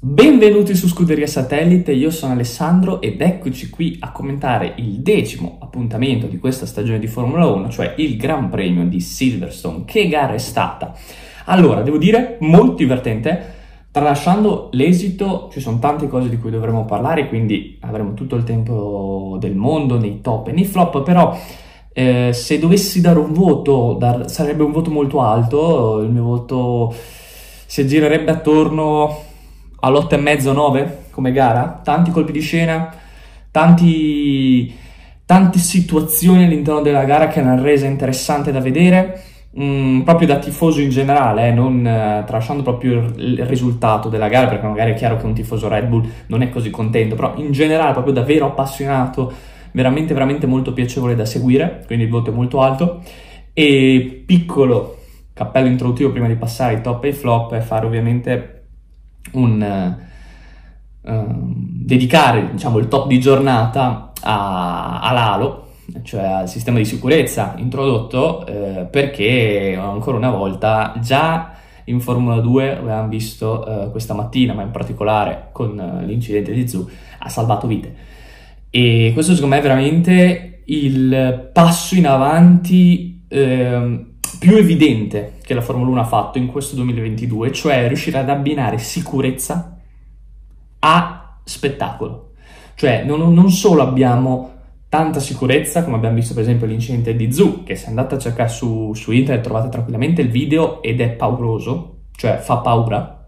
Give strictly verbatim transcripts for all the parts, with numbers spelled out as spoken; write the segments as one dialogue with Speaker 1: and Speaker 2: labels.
Speaker 1: Benvenuti su Scuderia Satellite, io sono Alessandro ed eccoci qui a commentare il decimo appuntamento di questa stagione di Formula uno, cioè il Gran Premio di Silverstone. Che gara è stata? Allora, devo dire, molto divertente. Tralasciando l'esito, ci sono tante cose di cui dovremo parlare, quindi avremo tutto il tempo del mondo nei top e nei flop, però eh, se dovessi dare un voto, dar, sarebbe un voto molto alto. Il mio voto si aggirerebbe attorno all'otto e mezzo nove come gara. Tanti colpi di scena, tanti, tante situazioni all'interno della gara che l'hanno resa interessante da vedere, mm, proprio da tifoso in generale, eh, non eh, tralasciando proprio il, il risultato della gara, perché magari è chiaro che un tifoso Red Bull non è così contento, però in generale proprio davvero appassionato, veramente veramente molto piacevole da seguire, quindi il voto è molto alto. E piccolo cappello introduttivo prima di passare ai top e ai flop è fare ovviamente un uh, dedicare, diciamo, il top di giornata a, all'Halo, cioè al sistema di sicurezza introdotto, eh, perché ancora una volta già in Formula due avevamo visto uh, questa mattina, ma in particolare con uh, l'incidente di Zhou, ha salvato vite. E questo secondo me è veramente il passo in avanti eh, più evidente che la Formula uno ha fatto in questo duemilaventidue, cioè riuscire ad abbinare sicurezza a spettacolo. Cioè non, non solo abbiamo tanta sicurezza, come abbiamo visto per esempio l'incidente di Zhou, che se andate a cercare su, su internet trovate tranquillamente il video ed è pauroso, cioè fa paura,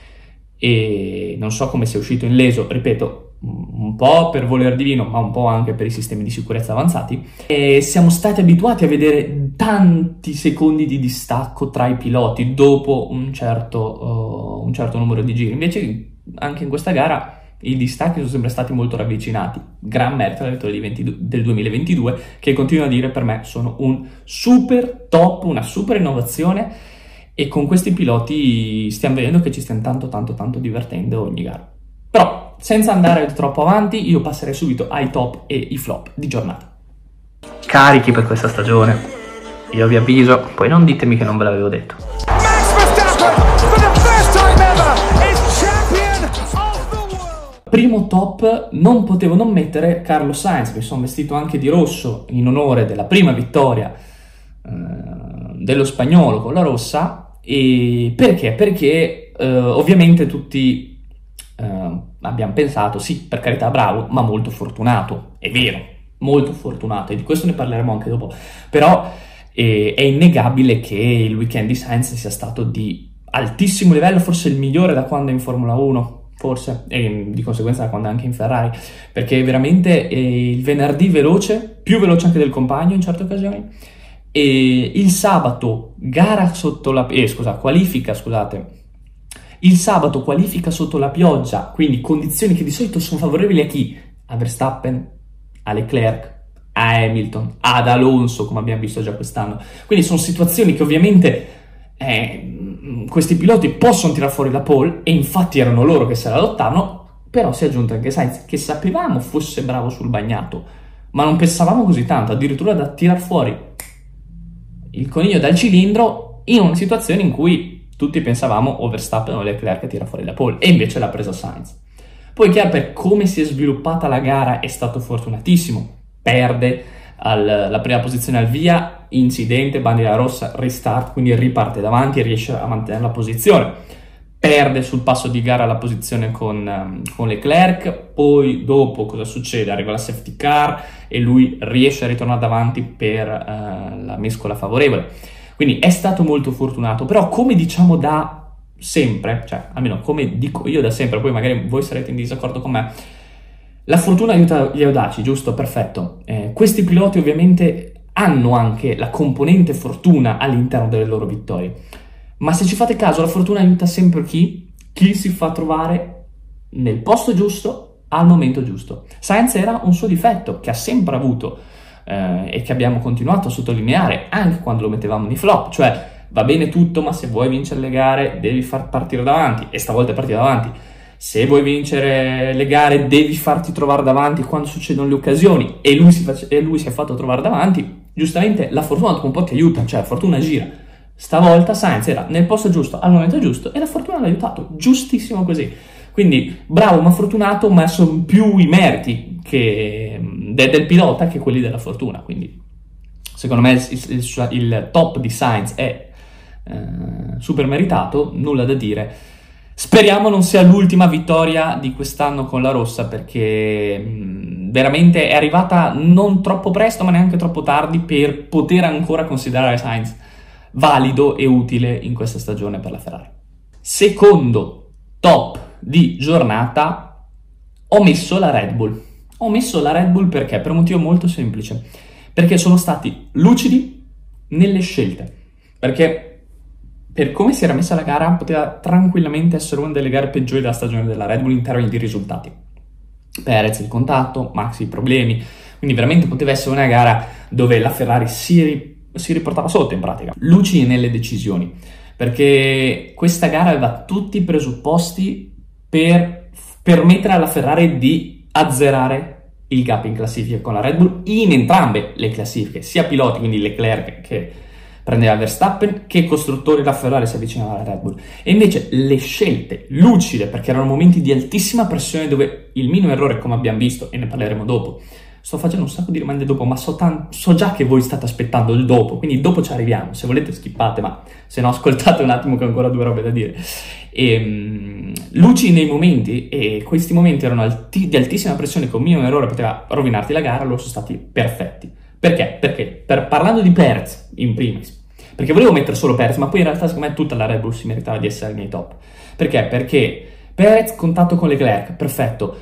Speaker 1: e non so come sia uscito illeso, ripeto, un po' per voler divino, ma un po' anche per i sistemi di sicurezza avanzati, e siamo stati abituati a vedere tanti secondi di distacco tra i piloti dopo un certo, uh, un certo numero di giri. Invece anche in questa gara i distacchi sono sempre stati molto ravvicinati. Gran merito della vittoria del duemilaventidue, che continuo a dire per me sono un super top, una super innovazione, e con questi piloti stiamo vedendo che ci stiamo tanto tanto tanto divertendo ogni gara. Però senza andare troppo avanti, io passerei subito ai top e i flop di giornata. Carichi per questa stagione, io vi avviso, poi non ditemi che non ve l'avevo detto. Max Verstappen, for the first time ever, is champion of the world. Primo top, non potevo non mettere Carlos Sainz. Mi sono vestito anche di rosso in onore della prima vittoria eh, dello spagnolo con la rossa. E perché? Perché eh, ovviamente tutti Uh, abbiamo pensato, sì, per carità, bravo, ma molto fortunato. È vero, molto fortunato, e di questo ne parleremo anche dopo. Però eh, è innegabile che il weekend di Sainz sia stato di altissimo livello, forse il migliore da quando è in Formula uno, forse, e di conseguenza da quando è anche in Ferrari, perché veramente eh, il venerdì veloce, più veloce anche del compagno in certe occasioni, e il sabato gara sotto la... Eh, scusa, qualifica, scusate, il sabato qualifica sotto la pioggia, quindi condizioni che di solito sono favorevoli a chi? A Verstappen, a Leclerc, a Hamilton, ad Alonso, come abbiamo visto già quest'anno. Quindi sono situazioni che ovviamente eh, questi piloti possono tirare fuori la pole, e infatti erano loro che se la lottavano, però si è aggiunto anche Sainz, che sapevamo fosse bravo sul bagnato, ma non pensavamo così tanto, addirittura da tirar fuori il coniglio dal cilindro in una situazione in cui tutti pensavamo o Verstappen o Leclerc che tira fuori la pole, e invece l'ha presa Sainz. Poi chiaro, per come si è sviluppata la gara è stato fortunatissimo, perde al, la prima posizione al via, incidente, bandiera rossa, restart, quindi riparte davanti e riesce a mantenere la posizione. Perde sul passo di gara la posizione con, con Leclerc, poi dopo cosa succede? Arriva la safety car e lui riesce a ritornare davanti per uh, la mescola favorevole. Quindi è stato molto fortunato, però come diciamo da sempre, cioè almeno come dico io da sempre, poi magari voi sarete in disaccordo con me, la fortuna aiuta gli audaci, giusto? Perfetto. Eh, questi piloti ovviamente hanno anche la componente fortuna all'interno delle loro vittorie, ma se ci fate caso la fortuna aiuta sempre chi? Chi si fa trovare nel posto giusto al momento giusto. Sainz era un suo difetto che ha sempre avuto, Eh, e che abbiamo continuato a sottolineare anche quando lo mettevamo nei flop, cioè va bene tutto, ma se vuoi vincere le gare devi far partire davanti, e stavolta è partito davanti. Se vuoi vincere le gare devi farti trovare davanti quando succedono le occasioni, e lui si, face- e lui si è fatto trovare davanti. Giustamente la fortuna dopo un po' ti aiuta, cioè la fortuna gira. Stavolta Sainz era nel posto giusto al momento giusto e la fortuna l'ha aiutato, giustissimo così. Quindi bravo ma fortunato, ma sono più i meriti che, de, del pilota che quelli della fortuna. Quindi secondo me il, il, il top di Sainz è eh, super meritato, nulla da dire. Speriamo non sia l'ultima vittoria di quest'anno con la rossa, perché mh, veramente è arrivata non troppo presto ma neanche troppo tardi per poter ancora considerare Sainz valido e utile in questa stagione per la Ferrari. Secondo top di giornata ho messo la Red Bull. Ho messo la Red Bull perché? Per un motivo molto semplice. Perché sono stati lucidi nelle scelte. Perché per come si era messa la gara poteva tranquillamente essere una delle gare peggiori della stagione della Red Bull in termini di risultati. Perez il contatto, Max i problemi, quindi veramente poteva essere una gara dove la Ferrari si, si riportava sotto in pratica. Lucidi nelle decisioni, perché questa gara aveva tutti i presupposti per permettere alla Ferrari di azzerare il gap in classifica con la Red Bull in entrambe le classifiche, sia piloti, quindi Leclerc che prendeva Verstappen, che costruttori la Ferrari si avvicinava alla Red Bull. E invece le scelte lucide, perché erano momenti di altissima pressione dove il minimo errore, come abbiamo visto, e ne parleremo dopo, sto facendo un sacco di domande dopo, ma so, tan- so già che voi state aspettando il dopo, quindi dopo ci arriviamo. Se volete skippate, ma se no ascoltate un attimo che ho ancora due robe da dire. E, um, lucidi nei momenti, e questi momenti erano alti- di altissima pressione, con un minimo errore poteva rovinarti la gara, loro sono stati perfetti. Perché? Perché per, parlando di Perez in primis, perché volevo mettere solo Perez, ma poi in realtà secondo me tutta la Red Bull si meritava di essere nei top. Perché? Perché Perez contatto con Leclerc, perfetto,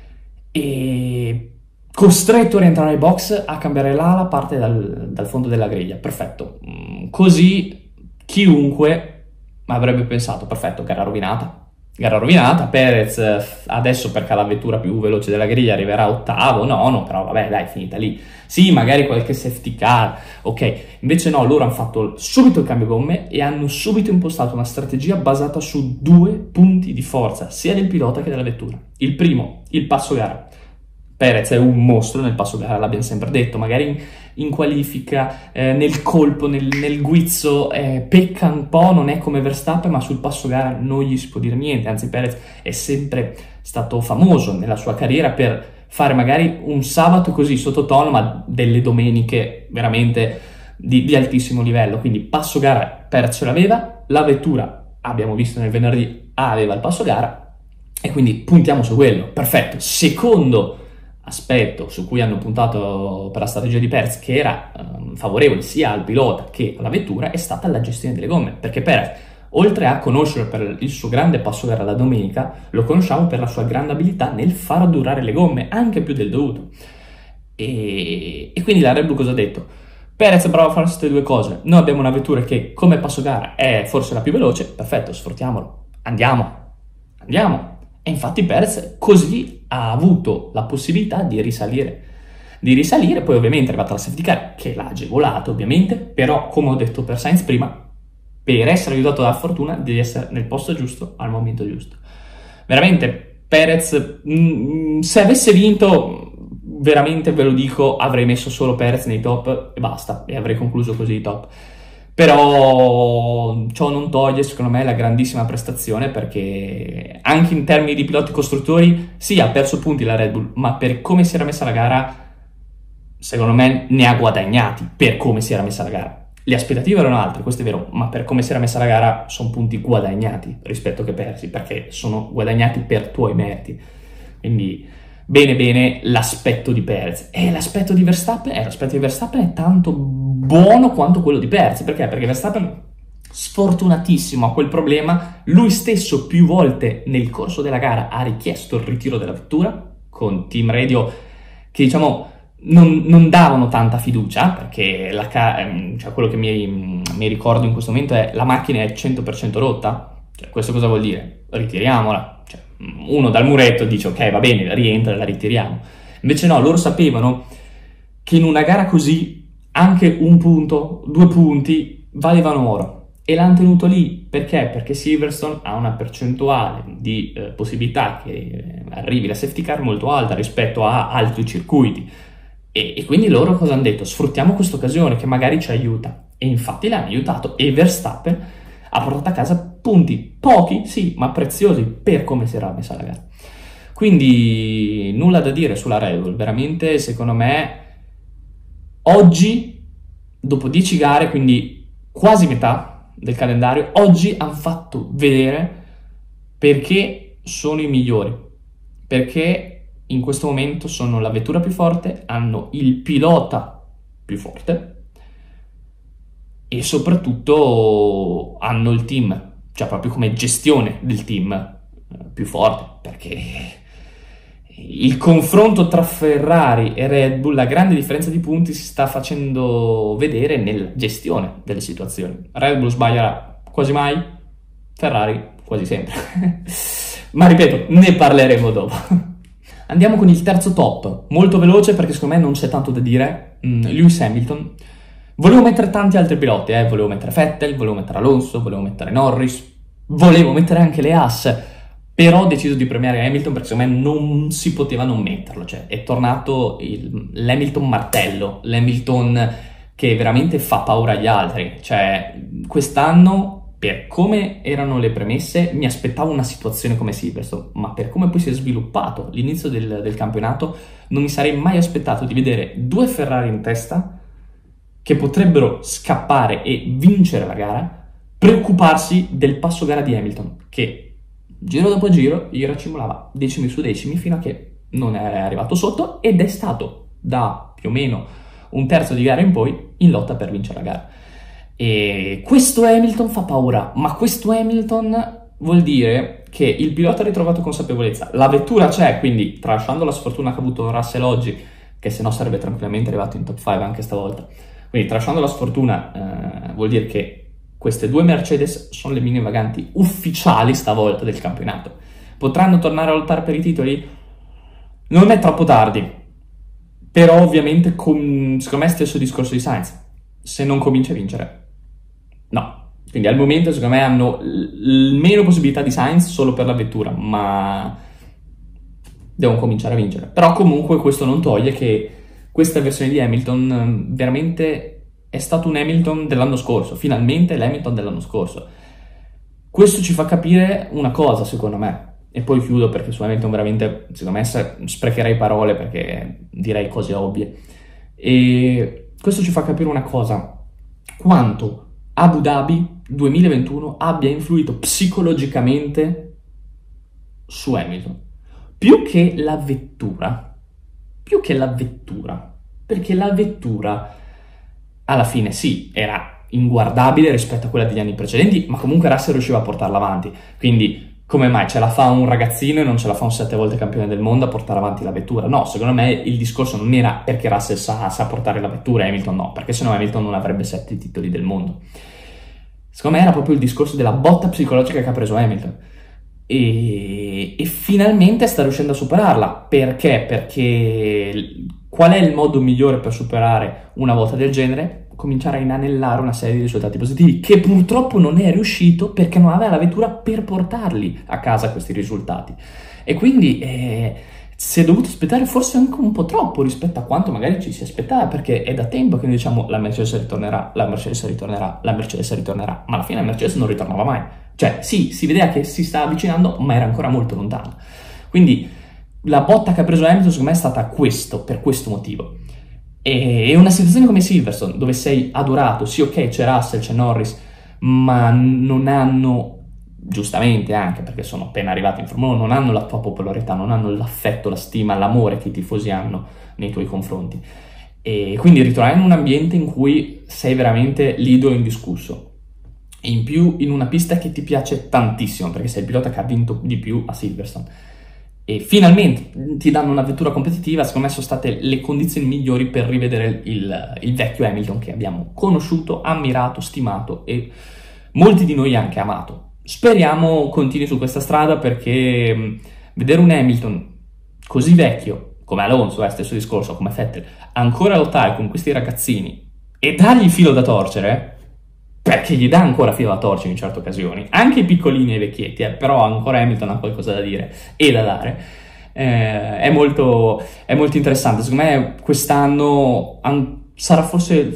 Speaker 1: e costretto a rientrare ai box a cambiare l'ala, parte dal, dal fondo della griglia, perfetto. Così chiunque avrebbe pensato, perfetto, gara rovinata. Gara rovinata, Perez adesso perché ha la vettura più veloce della griglia arriverà ottavo, nono, però vabbè dai, finita lì. Sì, magari qualche safety car, ok. Invece no, loro hanno fatto subito il cambio gomme e hanno subito impostato una strategia basata su due punti di forza, sia del pilota che della vettura. Il primo, il passo gara. Perez è un mostro nel passo gara, l'abbiamo sempre detto, magari in, in qualifica, eh, nel colpo, nel, nel guizzo, eh, pecca un po', non è come Verstappen, ma sul passo gara non gli si può dire niente, anzi Perez è sempre stato famoso nella sua carriera per fare magari un sabato così sottotono, ma delle domeniche veramente di, di altissimo livello, quindi passo gara Perez ce l'aveva, la vettura, abbiamo visto nel venerdì, aveva il passo gara, e quindi puntiamo su quello, perfetto. Secondo aspetto su cui hanno puntato per la strategia di Perez, che era um, favorevole sia al pilota che alla vettura, è stata la gestione delle gomme, perché Perez, oltre a conoscerlo per il suo grande passo gara la domenica, lo conosciamo per la sua grande abilità nel far durare le gomme, anche più del dovuto. E, e quindi la Red Bull cosa ha detto? Perez è bravo a fare queste due cose, noi abbiamo una vettura che come passo gara è forse la più veloce, perfetto, sfruttiamolo, andiamo, andiamo. E infatti Perez così ha avuto la possibilità di risalire, di risalire, poi ovviamente è arrivata la safety car che l'ha agevolato ovviamente, però come ho detto per Sainz prima, per essere aiutato dalla fortuna devi essere nel posto giusto al momento giusto. Veramente Perez, mh, se avesse vinto, veramente ve lo dico, avrei messo solo Perez nei top e basta, e avrei concluso così i top. Però ciò non toglie, secondo me, la grandissima prestazione, perché anche in termini di piloti costruttori, sì, ha perso punti la Red Bull, ma per come si era messa la gara, secondo me ne ha guadagnati per come si era messa la gara. Le aspettative erano altre, questo è vero, ma per come si era messa la gara sono punti guadagnati rispetto che persi, perché sono guadagnati per tuoi meriti. Quindi bene bene l'aspetto di Perez. E l'aspetto di Verstappen, eh, l'aspetto di Verstappen è tanto buono quanto quello di Perez. Perché? Perché Verstappen, sfortunatissimo, ha quel problema. Lui stesso più volte nel corso della gara ha richiesto il ritiro della vettura, con team radio che diciamo non, non davano tanta fiducia, perché la ca- cioè, quello che mi, mi ricordo in questo momento è la macchina è cento per cento rotta. Cioè, questo cosa vuol dire? Ritiriamola. Cioè, uno dal muretto dice ok, va bene, rientra e la ritiriamo. Invece no, loro sapevano che in una gara così anche un punto, due punti valevano oro, e l'hanno tenuto lì. Perché? Perché Silverstone ha una percentuale di eh, possibilità che eh, arrivi la safety car molto alta rispetto a altri circuiti, e, e quindi loro cosa hanno detto? Sfruttiamo questa occasione che magari ci aiuta, e infatti l'hanno aiutato, e Verstappen ha portato a casa punti pochi, sì, ma preziosi per come si era messa la gara. Quindi nulla da dire sulla Red Bull, veramente secondo me oggi, dopo dieci gare, quindi quasi metà del calendario, oggi hanno fatto vedere perché sono i migliori, perché in questo momento sono la vettura più forte, hanno il pilota più forte e soprattutto hanno il team, cioè proprio come gestione del team più forte, perché il confronto tra Ferrari e Red Bull, la grande differenza di punti si sta facendo vedere nella gestione delle situazioni. Red Bull sbaglierà quasi mai, Ferrari quasi sempre. Ma ripeto, ne parleremo dopo. Andiamo con il terzo top, molto veloce perché secondo me non c'è tanto da dire. Mm, Lewis Hamilton. Volevo mettere tanti altri piloti, eh? Volevo mettere Vettel, volevo mettere Alonso, volevo mettere Norris, volevo mettere anche le Haas. Però ho deciso di premiare Hamilton perché secondo me non si poteva non metterlo, cioè è tornato il, l'Hamilton martello, l'Hamilton che veramente fa paura agli altri, cioè quest'anno per come erano le premesse mi aspettavo una situazione come Silverstone, ma per come poi si è sviluppato l'inizio del, del campionato non mi sarei mai aspettato di vedere due Ferrari in testa che potrebbero scappare e vincere la gara, preoccuparsi del passo gara di Hamilton, che giro dopo giro gli racimolava decimi su decimi fino a che non è arrivato sotto ed è stato da più o meno un terzo di gara in poi in lotta per vincere la gara. E questo Hamilton fa paura, ma questo Hamilton vuol dire che il pilota ha ritrovato consapevolezza, la vettura c'è, quindi tralasciando la sfortuna che ha avuto Russell oggi, che se no sarebbe tranquillamente arrivato in top cinque anche stavolta, quindi tralasciando la sfortuna eh, vuol dire che queste due Mercedes sono le mini vaganti ufficiali stavolta del campionato. Potranno tornare a lottare per i titoli? Non è troppo tardi, però ovviamente con, secondo me stesso discorso di Sainz, se non comincia a vincere, no. Quindi al momento secondo me hanno l- meno possibilità di Sainz solo per la vettura, ma devono cominciare a vincere. Però comunque questo non toglie che questa versione di Hamilton veramente è stato un Hamilton dell'anno scorso, finalmente l'Hamilton dell'anno scorso. Questo ci fa capire una cosa, secondo me, e poi chiudo perché su Hamilton veramente, secondo me, sprecherei parole perché direi cose ovvie. E questo ci fa capire una cosa, quanto Abu Dhabi duemilaventuno abbia influito psicologicamente su Hamilton. Più che la vettura, più che la vettura, perché la vettura alla fine sì, era inguardabile rispetto a quella degli anni precedenti, ma comunque Russell riusciva a portarla avanti. Quindi, come mai ce la fa un ragazzino e non ce la fa un sette volte campione del mondo a portare avanti la vettura? No, secondo me il discorso non era perché Russell sa, sa portare la vettura e Hamilton no, perché sennò Hamilton non avrebbe sette titoli del mondo. Secondo me era proprio il discorso della botta psicologica che ha preso Hamilton. E, e finalmente sta riuscendo a superarla. Perché? Perché qual è il modo migliore per superare una volta del genere? Cominciare a inanellare una serie di risultati positivi, che purtroppo non è riuscito perché non aveva la vettura per portarli a casa questi risultati. E quindi eh, si è dovuto aspettare forse anche un po' troppo rispetto a quanto magari ci si aspettava, perché è da tempo che noi diciamo la Mercedes ritornerà, la Mercedes ritornerà, la Mercedes ritornerà, ma alla fine la Mercedes non ritornava mai. Cioè sì, si vedeva che si stava avvicinando, ma era ancora molto lontano. Quindi la botta che ha preso Hamilton secondo me è stata questo, per questo motivo. E una situazione come Silverstone, dove sei adorato, sì ok c'è Russell, c'è Norris, ma non hanno, giustamente anche perché sono appena arrivati in Formula uno, non hanno la tua popolarità, non hanno l'affetto, la stima, l'amore che i tifosi hanno nei tuoi confronti. E quindi ritrovare in un ambiente in cui sei veramente l'idolo indiscusso. E in più in una pista che ti piace tantissimo, perché sei il pilota che ha vinto di più a Silverstone. E finalmente ti danno una vettura competitiva, secondo me sono state le condizioni migliori per rivedere il, il vecchio Hamilton che abbiamo conosciuto, ammirato, stimato e molti di noi anche amato. Speriamo continui su questa strada, perché mh, vedere un Hamilton così vecchio, come Alonso, eh, stesso discorso, come Vettel, ancora lottare con questi ragazzini e dargli filo da torcere, perché gli dà ancora filo da torcere in certe occasioni, anche i piccolini e i vecchietti, eh, però ancora Hamilton ha qualcosa da dire e da dare, eh, è, molto, è molto interessante. Secondo me quest'anno an- sarà forse,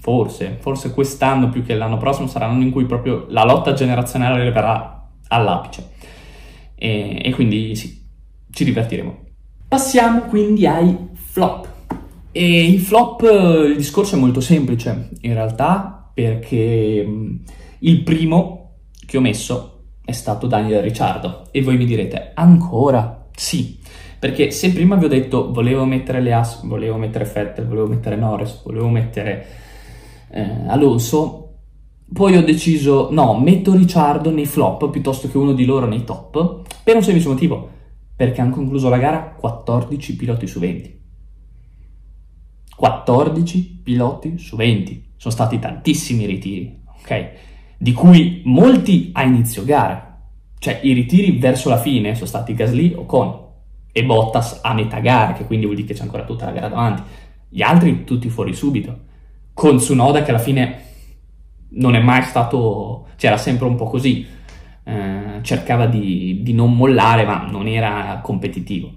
Speaker 1: forse, forse quest'anno più che l'anno prossimo sarà l'anno in cui proprio la lotta generazionale arriverà all'apice. E, e quindi sì, ci divertiremo. Passiamo quindi ai flop. E i flop, il discorso è molto semplice in realtà, perché mh, il primo che ho messo è stato Daniel Ricciardo. E voi mi direte, ancora? Sì, perché se prima vi ho detto volevo mettere le As, volevo mettere Vettel, volevo mettere Norris, volevo mettere eh, Alonso, poi ho deciso no, metto Ricciardo nei flop piuttosto che uno di loro nei top, per un semplice motivo, perché hanno concluso la gara quattordici piloti su venti. quattordici piloti su venti. Sono stati tantissimi ritiri, ok? Di cui molti a inizio gara. Cioè i ritiri verso la fine sono stati Gasly, Ocon e Bottas a metà gara, che quindi vuol dire che c'è ancora tutta la gara davanti. Gli altri tutti fuori subito. Con Tsunoda che alla fine non è mai stato... Cioè era sempre un po' così. Eh, cercava di, di non mollare, ma non era competitivo.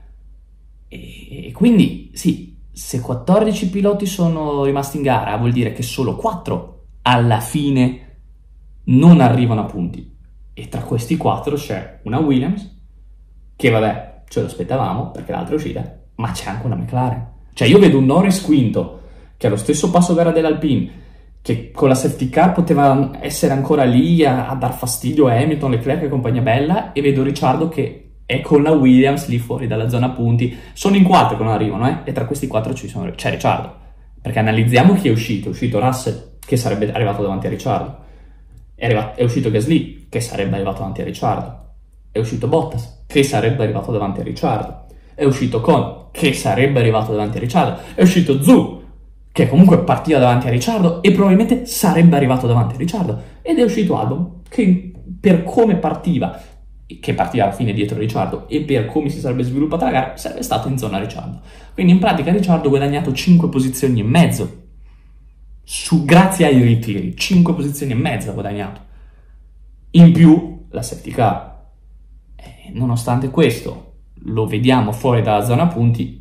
Speaker 1: E, e quindi sì, se quattordici piloti sono rimasti in gara, vuol dire che solo quattro alla fine non arrivano a punti. E tra questi quattro c'è una Williams, che vabbè, ce lo aspettavamo perché l'altra è uscita, ma c'è anche una McLaren. Cioè io vedo un Norris quinto, che ha lo stesso passo gara dell'Alpine, che con la safety car poteva essere ancora lì a, a dar fastidio a Hamilton, Leclerc e compagnia bella, e vedo Ricciardo che è con la Williams lì fuori dalla zona punti. Sono in quattro che non arrivano, eh? E tra questi quattro ci sono, c'è Ricciardo. Perché analizziamo chi è uscito. È uscito Russell, che sarebbe arrivato davanti a Ricciardo. È, arrivato, è uscito Gasly, che sarebbe arrivato davanti a Ricciardo. È uscito Bottas, che sarebbe arrivato davanti a Ricciardo. È uscito Con, che sarebbe arrivato davanti a Ricciardo. È uscito Zhou, che comunque partiva davanti a Ricciardo e probabilmente sarebbe arrivato davanti a Ricciardo. Ed è uscito Albon, che per come partiva, che partiva alla fine dietro Ricciardo, e per come si sarebbe sviluppata la gara, sarebbe stato in zona Ricciardo. Quindi in pratica Ricciardo ha guadagnato cinque posizioni e mezzo, su, grazie ai ritiri, cinque posizioni e mezzo ha guadagnato. In più la safety car. Eh, nonostante questo, lo vediamo fuori dalla zona punti.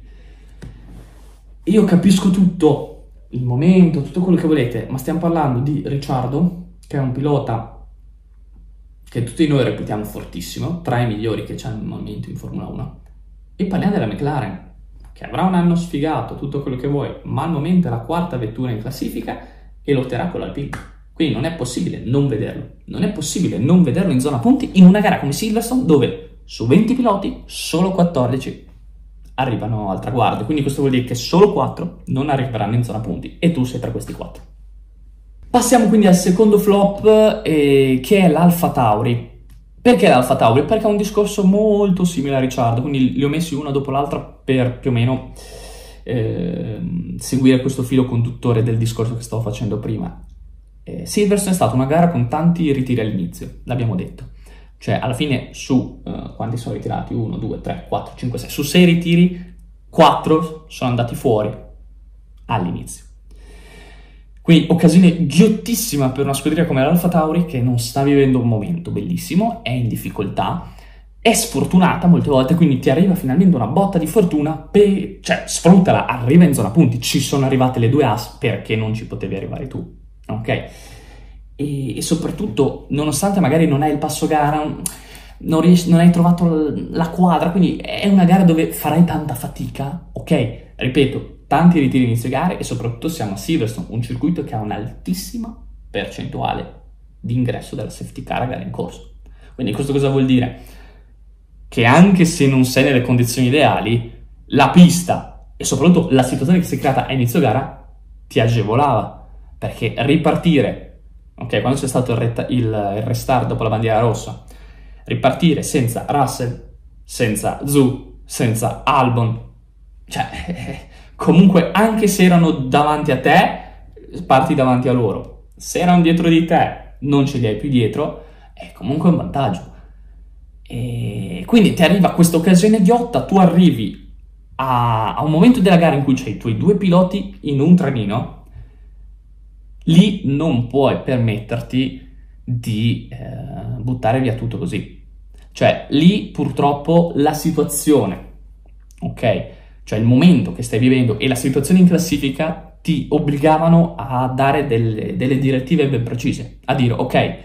Speaker 1: Io capisco tutto, il momento, tutto quello che volete, ma stiamo parlando di Ricciardo, che è un pilota che tutti noi reputiamo fortissimo, tra i migliori che c'è al momento in Formula uno. E parliamo della McLaren, che avrà un anno sfigato, tutto quello che vuoi, ma al momento è la quarta vettura in classifica e lotterà con l'Alpine. Quindi non è possibile non vederlo. Non è possibile non vederlo in zona punti in una gara come Silverstone, dove su venti piloti solo quattordici arrivano al traguardo. Quindi questo vuol dire che solo quattro non arriveranno in zona punti e tu sei tra questi quattro. Passiamo quindi al secondo flop, eh, che è l'Alfa Tauri. Perché l'Alfa Tauri? Perché ha un discorso molto simile a Ricciardo, quindi li ho messi una dopo l'altra per più o meno eh, seguire questo filo conduttore del discorso che stavo facendo prima. Eh, Silverstone è stata una gara con tanti ritiri all'inizio, l'abbiamo detto. Cioè alla fine su, uh, quanti sono ritirati? uno, due, tre, quattro, cinque, sei. Su sei ritiri, quattro sono andati fuori all'inizio. Quindi occasione ghiottissima per una scuderia come l'Alfa Tauri, che non sta vivendo un momento bellissimo, è in difficoltà, è sfortunata molte volte, quindi ti arriva finalmente una botta di fortuna, per... cioè sfruttala, arriva in zona punti, ci sono arrivate le due As perché non ci potevi arrivare tu, ok? E, e soprattutto, nonostante magari non hai il passo gara, non, riesci, non hai trovato la quadra, quindi è una gara dove farai tanta fatica, ok? Ripeto, tanti ritiri inizio gare e soprattutto siamo a Silverstone, un circuito che ha un'altissima percentuale di ingresso della safety car a gara in corso. Quindi questo cosa vuol dire? Che anche se non sei nelle condizioni ideali, la pista e soprattutto la situazione che si è creata a inizio gara ti agevolava, perché ripartire, ok, quando c'è stato il, re- il, il restart dopo la bandiera rossa, ripartire senza Russell, senza Zhou, senza Albon, cioè comunque anche se erano davanti a te, parti davanti a loro. Se erano dietro di te, non ce li hai più dietro, è comunque un vantaggio. E quindi ti arriva questa occasione ghiotta, tu arrivi a, a un momento della gara in cui c'hai i tuoi due piloti in un trenino, lì non puoi permetterti di eh, buttare via tutto così. Cioè, lì purtroppo la situazione, ok? Cioè il momento che stai vivendo e la situazione in classifica ti obbligavano a dare delle, delle direttive ben precise, a dire ok,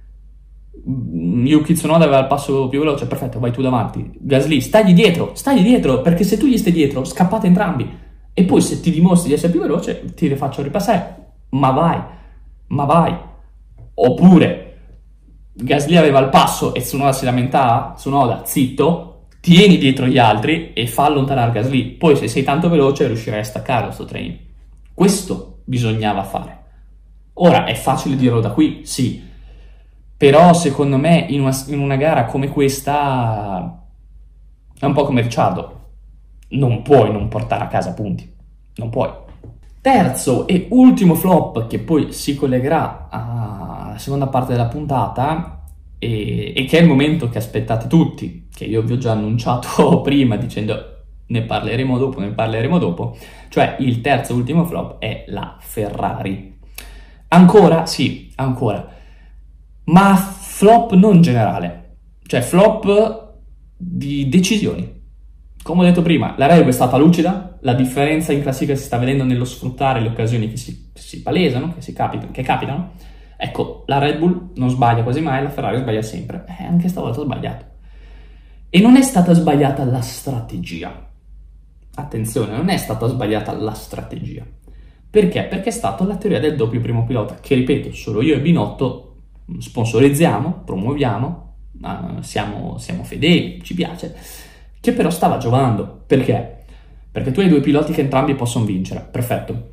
Speaker 1: Yuki Tsunoda aveva il passo più veloce, perfetto, vai tu davanti. Gasly, stagli dietro, stagli dietro, perché se tu gli stai dietro, scappate entrambi. E poi se ti dimostri di essere più veloce, ti le faccio ripassare. Ma vai, ma vai. Oppure, Gasly aveva il passo e Tsunoda si lamentava, Tsunoda, zitto, tieni dietro gli altri e fa allontanare Gasly. Poi se sei tanto veloce riuscirai a staccarlo sto training. Questo bisognava fare. Ora, è facile dirlo da qui? Sì. Però secondo me in una, in una gara come questa è un po' come Ricciardo, non puoi non portare a casa punti, non puoi. Terzo e ultimo flop che poi si collegherà alla seconda parte della puntata e, e che è il momento che aspettate tutti, che io vi ho già annunciato prima dicendo ne parleremo dopo, ne parleremo dopo, cioè il terzo e ultimo flop è la Ferrari. Ancora? Sì, ancora. Ma flop non generale, cioè flop di decisioni. Come ho detto prima, la Red Bull è stata lucida, la differenza in classifica si sta vedendo nello sfruttare le occasioni che si, che si palesano, che, si capitano, che capitano. Ecco, la Red Bull non sbaglia quasi mai, la Ferrari sbaglia sempre. Eh, anche stavolta ha sbagliato. E non è stata sbagliata la strategia. Attenzione, non è stata sbagliata la strategia. Perché? Perché è stata la teoria del doppio primo pilota, che ripeto, solo io e Binotto sponsorizziamo, promuoviamo, uh, siamo, siamo fedeli, ci piace, che però stava giovando. Perché? Perché tu hai due piloti che entrambi possono vincere, perfetto.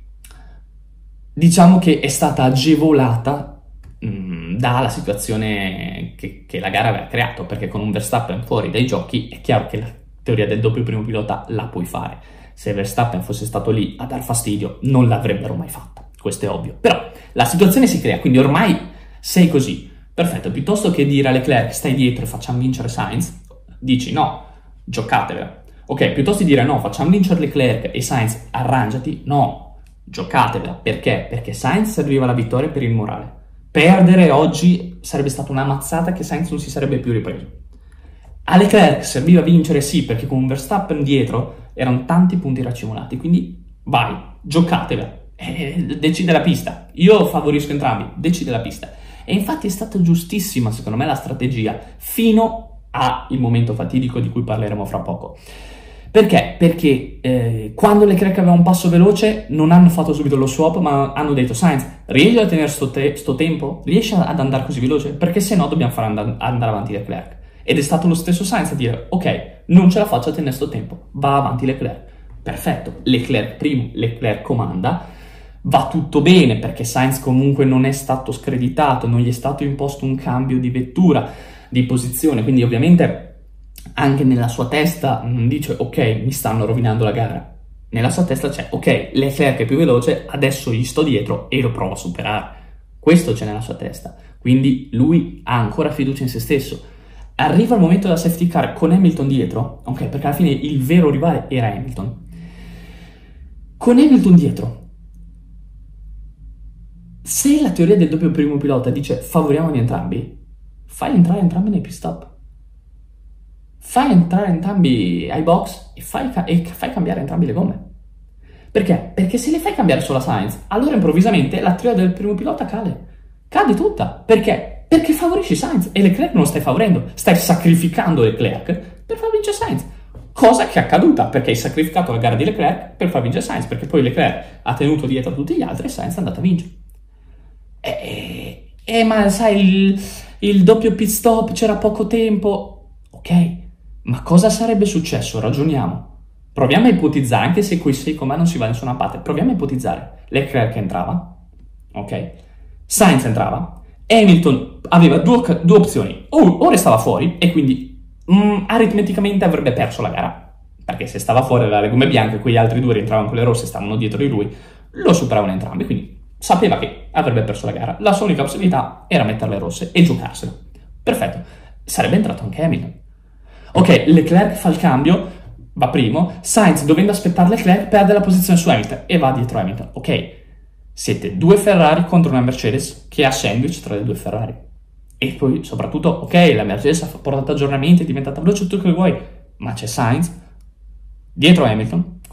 Speaker 1: Diciamo che è stata agevolata mh, dalla situazione che, che la gara aveva creato, perché con un Verstappen fuori dai giochi è chiaro che la teoria del doppio primo pilota la puoi fare. Se Verstappen fosse stato lì a dar fastidio non l'avrebbero mai fatta, questo è ovvio. Però la situazione si crea, quindi ormai sei così, perfetto, piuttosto che dire a Leclerc stai dietro e facciamo vincere Sainz, dici no, giocatevela. Ok, piuttosto di dire no, facciamo vincere Leclerc e Sainz, arrangiati, no, giocatevela. Perché? Perché Sainz serviva la vittoria per il morale. Perdere oggi sarebbe stata una mazzata che Sainz non si sarebbe più ripreso. A Leclerc serviva vincere sì, perché con un Verstappen dietro erano tanti punti raccimolati, quindi vai, giocatevela. Eh, decide la pista. Io favorisco entrambi, decide la pista. E infatti è stata giustissima, secondo me, la strategia, fino al momento fatidico di cui parleremo fra poco. Perché? Perché eh, quando Leclerc aveva un passo veloce non hanno fatto subito lo swap, ma hanno detto Sainz, riesci a tenere sto, te- sto tempo? Riesci ad andare così veloce? Perché se no dobbiamo far and- andare avanti Leclerc. Ed è stato lo stesso Sainz a dire, ok, non ce la faccio a tenere sto tempo, va avanti Leclerc. Perfetto, Leclerc primo, Leclerc comanda, va tutto bene perché Sainz comunque non è stato screditato, non gli è stato imposto un cambio di vettura, di posizione, quindi ovviamente anche nella sua testa non dice ok, mi stanno rovinando la gara. Nella sua testa c'è ok, Leclerc è più veloce, adesso gli sto dietro e lo provo a superare. Questo c'è nella sua testa, quindi lui ha ancora fiducia in se stesso. Arriva il momento della safety car con Hamilton dietro, ok, perché alla fine il vero rivale era Hamilton. Con Hamilton dietro, se la teoria del doppio primo pilota dice favoriamo di entrambi, fai entrare entrambi nei pit stop. Fai entrare entrambi ai box e fai, ca- e fai cambiare entrambi le gomme. Perché? Perché se le fai cambiare solo a Sainz, allora improvvisamente la teoria del primo pilota cade. Cade tutta. Perché? Perché favorisci Sainz e Leclerc non lo stai favorendo. Stai sacrificando Leclerc per far vincere Sainz. Cosa che è accaduta, perché hai sacrificato la gara di Leclerc per far vincere Sainz, perché poi Leclerc ha tenuto dietro tutti gli altri e Sainz è andato a vincere. Eh, eh, ma sai, il, il doppio pit stop, c'era poco tempo. Ok, ma cosa sarebbe successo? Ragioniamo. Proviamo a ipotizzare, anche se coi sei com'è non si va da nessuna parte, proviamo a ipotizzare. Leclerc entrava, ok? Sainz entrava, Hamilton aveva due, due opzioni. O, o restava fuori e quindi mm, aritmeticamente avrebbe perso la gara, perché se stava fuori aveva le gomme bianche, quegli altri due rientravano con le rosse, stavano dietro di lui, lo superavano entrambi, quindi sapeva che avrebbe perso la gara. La sua unica possibilità era metterle rosse e giocarselo. Perfetto, sarebbe entrato anche Hamilton. Ok, Leclerc fa il cambio, va primo, Sainz dovendo aspettare Leclerc perde la posizione su Hamilton e va dietro Hamilton. Ok, siete due Ferrari contro una Mercedes che ha sandwich tra le due Ferrari. E poi soprattutto, ok, la Mercedes ha portato aggiornamenti, è diventata veloce tutto quello che vuoi, ma c'è Sainz dietro Hamilton,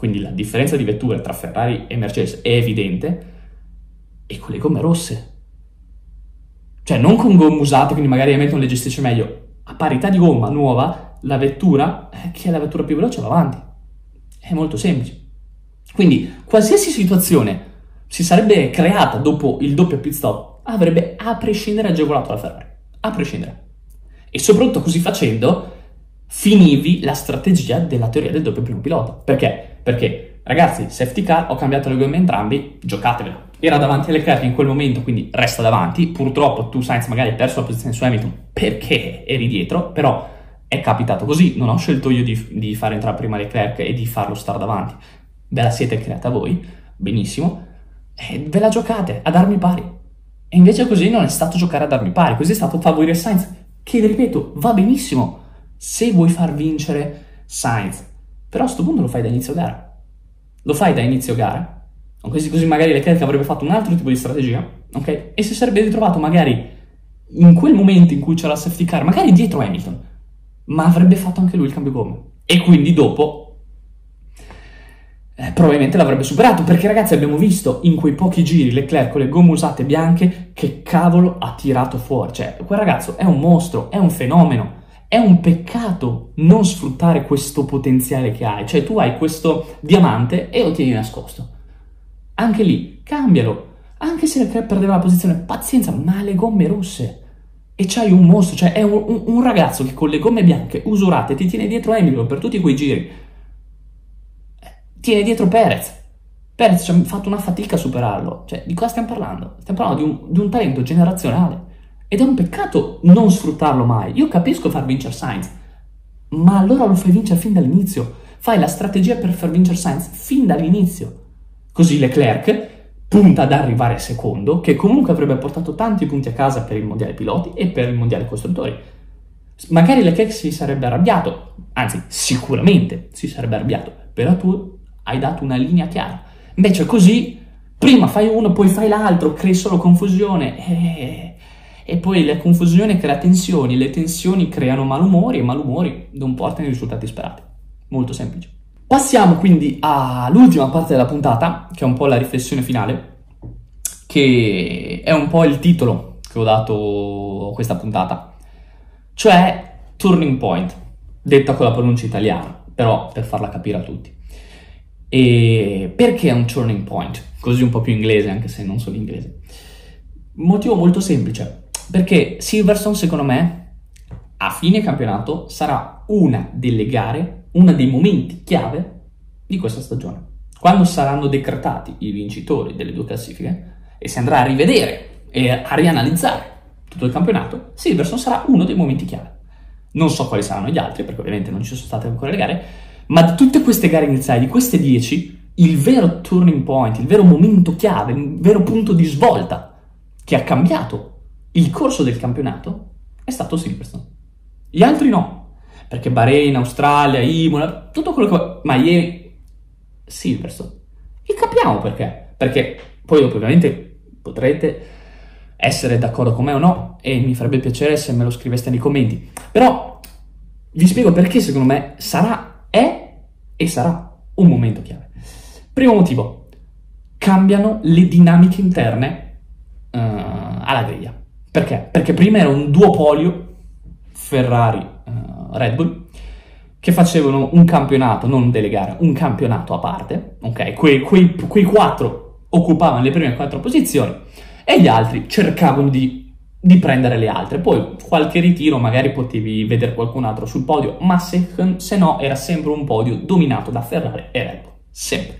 Speaker 1: quindi la differenza di vetture tra Ferrari e Mercedes è evidente, e con le gomme rosse. Cioè non con gomme usate, quindi magari Hamilton le gestisce meglio, a parità di gomma nuova, la vettura, eh, che è la vettura più veloce, va avanti. È molto semplice. Quindi qualsiasi situazione si sarebbe creata dopo il doppio pit stop avrebbe a prescindere agevolato la Ferrari. A prescindere. E soprattutto così facendo finivi la strategia della teoria del doppio primo pilota. Perché? Perché, ragazzi, safety car, ho cambiato le gomme entrambi, giocatevela. Era davanti a Leclerc in quel momento, quindi resta davanti. Purtroppo tu, Sainz, magari hai perso la posizione su Hamilton perché eri dietro, però è capitato così. Non ho scelto io di, di fare entrare prima Leclerc e di farlo stare davanti. Ve la siete creata voi, benissimo, e ve la giocate ad armi pari. E invece così non è stato giocare ad armi pari, così è stato favorire Sainz, che, ripeto, va benissimo se vuoi far vincere Sainz. Però a questo punto lo fai da inizio gara. Lo fai da inizio gara. Così, così magari Leclerc avrebbe fatto un altro tipo di strategia, ok? E si sarebbe ritrovato magari in quel momento in cui c'era la safety car, magari dietro Hamilton, ma avrebbe fatto anche lui il cambio gomme. E quindi dopo eh, probabilmente l'avrebbe superato, perché ragazzi abbiamo visto in quei pochi giri Leclerc con le gomme usate bianche che cavolo ha tirato fuori. Cioè, quel ragazzo è un mostro, è un fenomeno. È un peccato non sfruttare questo potenziale che hai. Cioè, tu hai questo diamante e lo tieni nascosto. Anche lì, cambialo. Anche se Leclerc perdeva la posizione, pazienza, ma ha le gomme rosse. E c'hai un mostro, cioè è un, un, un ragazzo che con le gomme bianche usurate ti tiene dietro Hamilton per tutti quei giri. Tiene dietro Perez. Perez ci ha fatto una fatica a superarlo. Cioè, di cosa stiamo parlando? Stiamo parlando di un, di un talento generazionale. Ed è un peccato non sfruttarlo mai. Io capisco far vincere Sainz, ma allora lo fai vincere fin dall'inizio. Fai la strategia per far vincere Sainz fin dall'inizio. Così Leclerc punta ad arrivare secondo, che comunque avrebbe portato tanti punti a casa per il mondiale piloti e per il mondiale costruttori. Magari Leclerc si sarebbe arrabbiato, anzi sicuramente si sarebbe arrabbiato, però tu hai dato una linea chiara. Invece così, prima fai uno, poi fai l'altro, crei solo confusione e... e poi la confusione crea tensioni, le tensioni creano malumori e malumori non portano i risultati sperati. Molto semplice. Passiamo quindi all'ultima parte della puntata, che è un po' la riflessione finale, che è un po' il titolo che ho dato a questa puntata, cioè Turning Point, detta con la pronuncia italiana, però per farla capire a tutti. E perché è un turning point? Così un po' più inglese, anche se non sono inglese. Motivo molto semplice, perché Silverstone, secondo me, a fine campionato sarà una delle gare, uno dei momenti chiave di questa stagione. Quando saranno decretati i vincitori delle due classifiche e si andrà a rivedere e a rianalizzare tutto il campionato, Silverstone sarà uno dei momenti chiave. Non so quali saranno gli altri, perché ovviamente non ci sono state ancora le gare, ma di tutte queste gare iniziali, di queste dieci, il vero turning point, il vero momento chiave, il vero punto di svolta che ha cambiato il corso del campionato è stato Silverstone. Gli altri no, perché Bahrain, Australia, Imola, tutto quello che... ma ieri Silverstone. E capiamo perché. Perché poi dopo ovviamente potrete essere d'accordo con me o no, e mi farebbe piacere se me lo scriveste nei commenti. Però vi spiego perché secondo me sarà, è e sarà un momento chiave. Primo motivo, cambiano le dinamiche interne uh, alla griglia. Perché? Perché prima era un duopolio Ferrari-Red Bull che facevano un campionato, non delle gare, un campionato a parte, ok? Quei, quei, quei quattro occupavano le prime quattro posizioni e gli altri cercavano di, di prendere le altre. Poi qualche ritiro, magari potevi vedere qualcun altro sul podio, ma se, se no era sempre un podio dominato da Ferrari e Red Bull, sempre.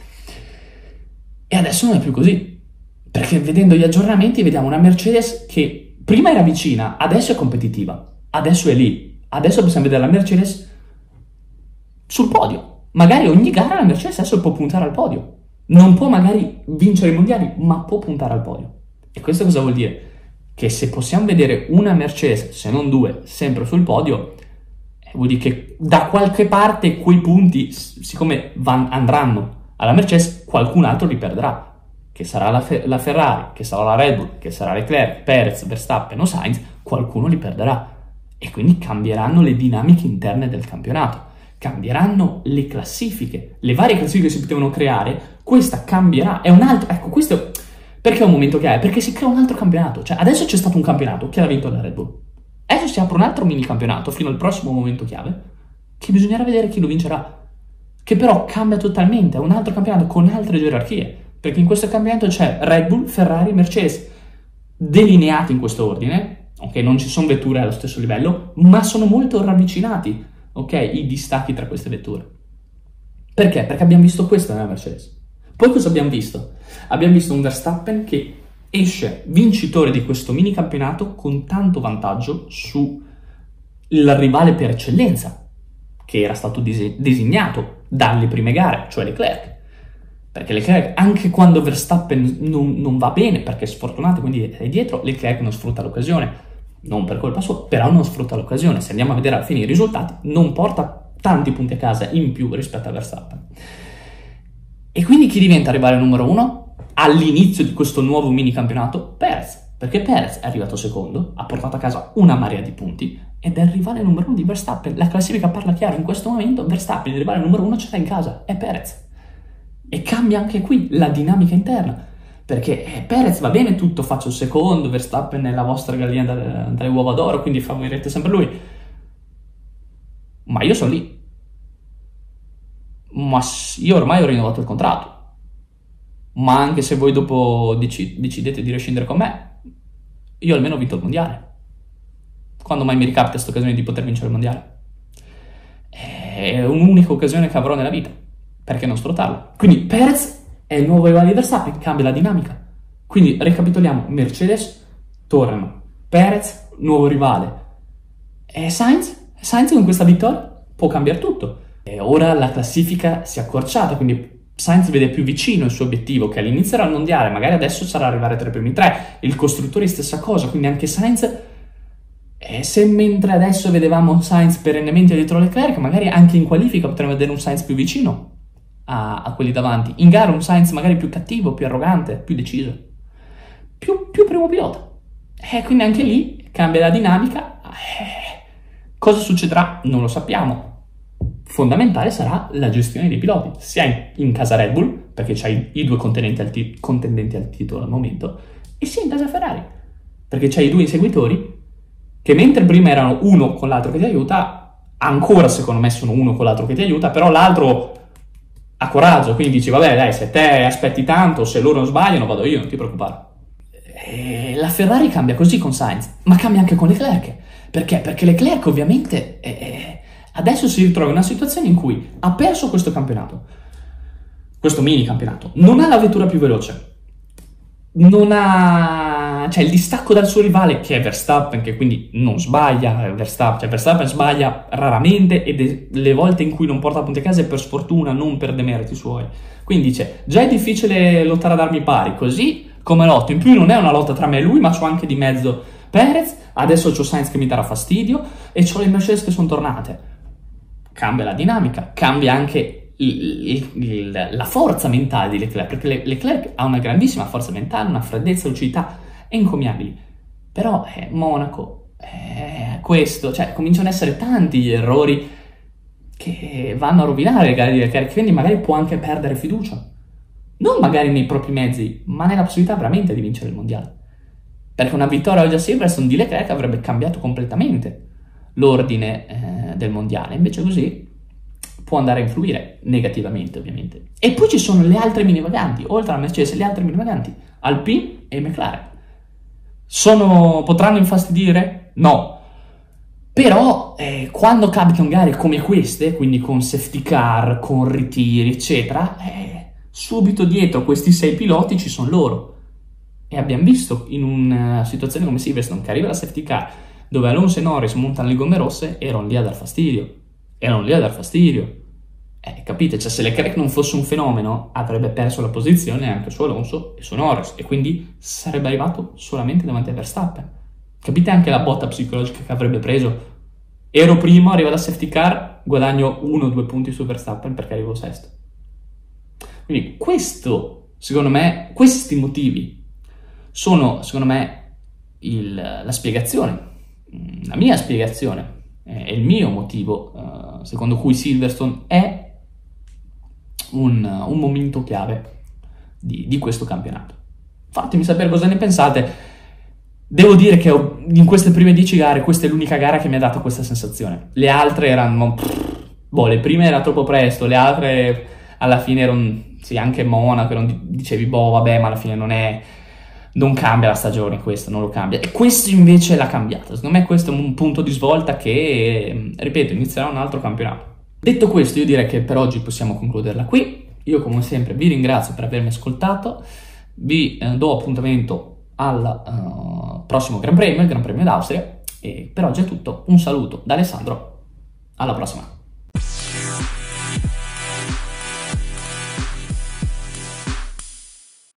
Speaker 1: E adesso non è più così, perché vedendo gli aggiornamenti vediamo una Mercedes che prima era vicina, adesso è competitiva, adesso è lì, adesso possiamo vedere la Mercedes sul podio. Magari ogni gara la Mercedes adesso può puntare al podio, non può magari vincere i mondiali, ma può puntare al podio. E questo cosa vuol dire? Che se possiamo vedere una Mercedes, se non due, sempre sul podio, eh, vuol dire che da qualche parte quei punti, siccome van, andranno alla Mercedes, qualcun altro li perderà, che sarà la, Fe- la Ferrari, che sarà la Red Bull, che sarà Leclerc, Perez, Verstappen o Sainz, qualcuno li perderà e quindi cambieranno le dinamiche interne del campionato, cambieranno le classifiche, le varie classifiche che si potevano creare, questa cambierà, è un altro, ecco, questo perché è un momento che è? Perché si crea un altro campionato, cioè adesso c'è stato un campionato che ha vinto la Red Bull, adesso si apre un altro mini campionato fino al prossimo momento chiave, che bisognerà vedere chi lo vincerà, che però cambia totalmente, è un altro campionato con altre gerarchie, perché in questo campionato c'è Red Bull, Ferrari, Mercedes, delineati in questo ordine, ok, non ci sono vetture allo stesso livello, ma sono molto ravvicinati, ok, i distacchi tra queste vetture. Perché? Perché abbiamo visto questo nella Mercedes. Poi cosa abbiamo visto? Abbiamo visto un Verstappen che esce vincitore di questo mini campionato con tanto vantaggio sul rivale per eccellenza, che era stato dis- designato dalle prime gare, cioè Leclerc. Perché Leclerc, anche quando Verstappen non, non va bene, perché è sfortunato, quindi è dietro, Leclerc non sfrutta l'occasione, non per colpa sua, però non sfrutta l'occasione. Se andiamo a vedere alla fine i risultati, non porta tanti punti a casa in più rispetto a Verstappen. E quindi chi diventa rivale numero uno all'inizio di questo nuovo mini campionato? Perez, perché Perez è arrivato secondo, ha portato a casa una marea di punti ed è il rivale numero uno di Verstappen. La classifica parla chiaro, in questo momento Verstappen, il rivale numero uno, ce l'ha in casa, è Perez. E cambia anche qui la dinamica interna, perché eh, Perez va bene tutto, faccio il secondo, Verstappen è la vostra gallina dalle, dalle uova d'oro, quindi favorirete sempre lui. Ma io sono lì. Ma io ormai ho rinnovato il contratto. Ma anche se voi dopo dec- decidete di rescindere con me, io almeno ho vinto il mondiale. Quando mai mi ricapita questa occasione di poter vincere il mondiale? È un'unica occasione che avrò nella vita, perché non sfruttarla? Quindi Perez è il nuovo rivale di Verstappen, cambia la dinamica. Quindi ricapitoliamo: Mercedes, tornano, Perez, nuovo rivale, e Sainz, Sainz con questa vittoria può cambiare tutto. E ora la classifica si è accorciata, quindi Sainz vede più vicino il suo obiettivo, che all'inizio era il mondiale, magari adesso sarà arrivare tra i primi tre. Il costruttore stessa cosa, quindi anche Sainz, e se mentre adesso vedevamo Sainz perennemente dietro Leclerc, magari anche in qualifica potremmo vedere un Sainz più vicino a, a quelli davanti. In gara un Sainz magari più cattivo, più arrogante, più deciso, più, più primo pilota. E quindi anche lì cambia la dinamica. Eh, cosa succederà? Non lo sappiamo. Fondamentale sarà la gestione dei piloti, sia in, in casa Red Bull, perché c'hai i due contendenti al, ti- contendenti al titolo al momento, e sia in casa Ferrari, perché c'hai i due inseguitori che mentre prima erano uno con l'altro che ti aiuta, ancora secondo me sono uno con l'altro che ti aiuta, però l'altro ha coraggio, quindi dici vabbè dai, se te aspetti tanto, se loro non sbagliano vado io, non ti preoccupare. E la Ferrari cambia così con Sainz, ma cambia anche con Leclerc. Perché? Perché Leclerc ovviamente è, adesso si ritrova in una situazione in cui ha perso questo campionato, questo mini campionato, non ha la vettura più veloce, non ha, cioè il distacco dal suo rivale che è Verstappen, che quindi non sbaglia, Verstappen, cioè Verstappen sbaglia raramente e le volte in cui non porta punti a casa è per sfortuna, non per demeriti suoi. Quindi dice, già è difficile lottare ad armi pari, così come lotto, in più non è una lotta tra me e lui, ma c'ho anche di mezzo Perez, adesso c'ho Sainz che mi darà fastidio e c'ho le Mercedes che sono tornate. Cambia la dinamica, cambia anche il, il, il, la forza mentale di Leclerc, perché Leclerc ha una grandissima forza mentale, una freddezza, lucidità incommiabili. Però eh, Monaco, eh, questo, cioè cominciano ad essere tanti gli errori che vanno a rovinare le gare di Leclerc, quindi magari può anche perdere fiducia. Non magari nei propri mezzi, ma nella possibilità veramente di vincere il mondiale. Perché una vittoria oggi a Silverstone di Leclerc avrebbe cambiato completamente l'ordine eh, del mondiale, invece così può andare a influire negativamente ovviamente. E poi ci sono le altre mini vaganti, oltre alla Mercedes le altre mini vaganti, Alpine e McLaren. Sono, potranno infastidire? No. Però eh, quando capitano gare come queste, quindi con safety car, con ritiri eccetera, eh, subito dietro questi sei piloti ci sono loro. E abbiamo visto in una situazione come Silverstone che arriva la safety car dove Alonso e Norris montano le gomme rosse, erano lì a dar fastidio. Erano lì a dar fastidio. Eh, capite? Cioè, se Leclerc non fosse un fenomeno, avrebbe perso la posizione anche su Alonso e su Norris, e quindi sarebbe arrivato solamente davanti a Verstappen. Capite anche la botta psicologica che avrebbe preso? Ero primo, arriva la safety car, guadagno uno o due punti su Verstappen perché arrivo sesto. Quindi questo, secondo me, questi motivi sono, secondo me, il, la spiegazione, la mia spiegazione, è il mio motivo uh, secondo cui Silverstone è un, un momento chiave di, di questo campionato. Fatemi sapere cosa ne pensate. Devo dire che ho, in queste prime dieci gare questa è l'unica gara che mi ha dato questa sensazione. Le altre erano... Boh, le prime era troppo presto, le altre alla fine erano... Sì, anche Monaco, non dicevi, boh, vabbè, ma alla fine non è... Non cambia la stagione questo, non lo cambia. E questo invece l'ha cambiato. Secondo me questo è un punto di svolta che, ripeto, inizierà un altro campionato. Detto questo, io direi che per oggi possiamo concluderla qui. Io, come sempre, vi ringrazio per avermi ascoltato. Vi eh, do appuntamento al uh, prossimo Gran Premio, il Gran Premio d'Austria. E per oggi è tutto. Un saluto da Alessandro. Alla prossima.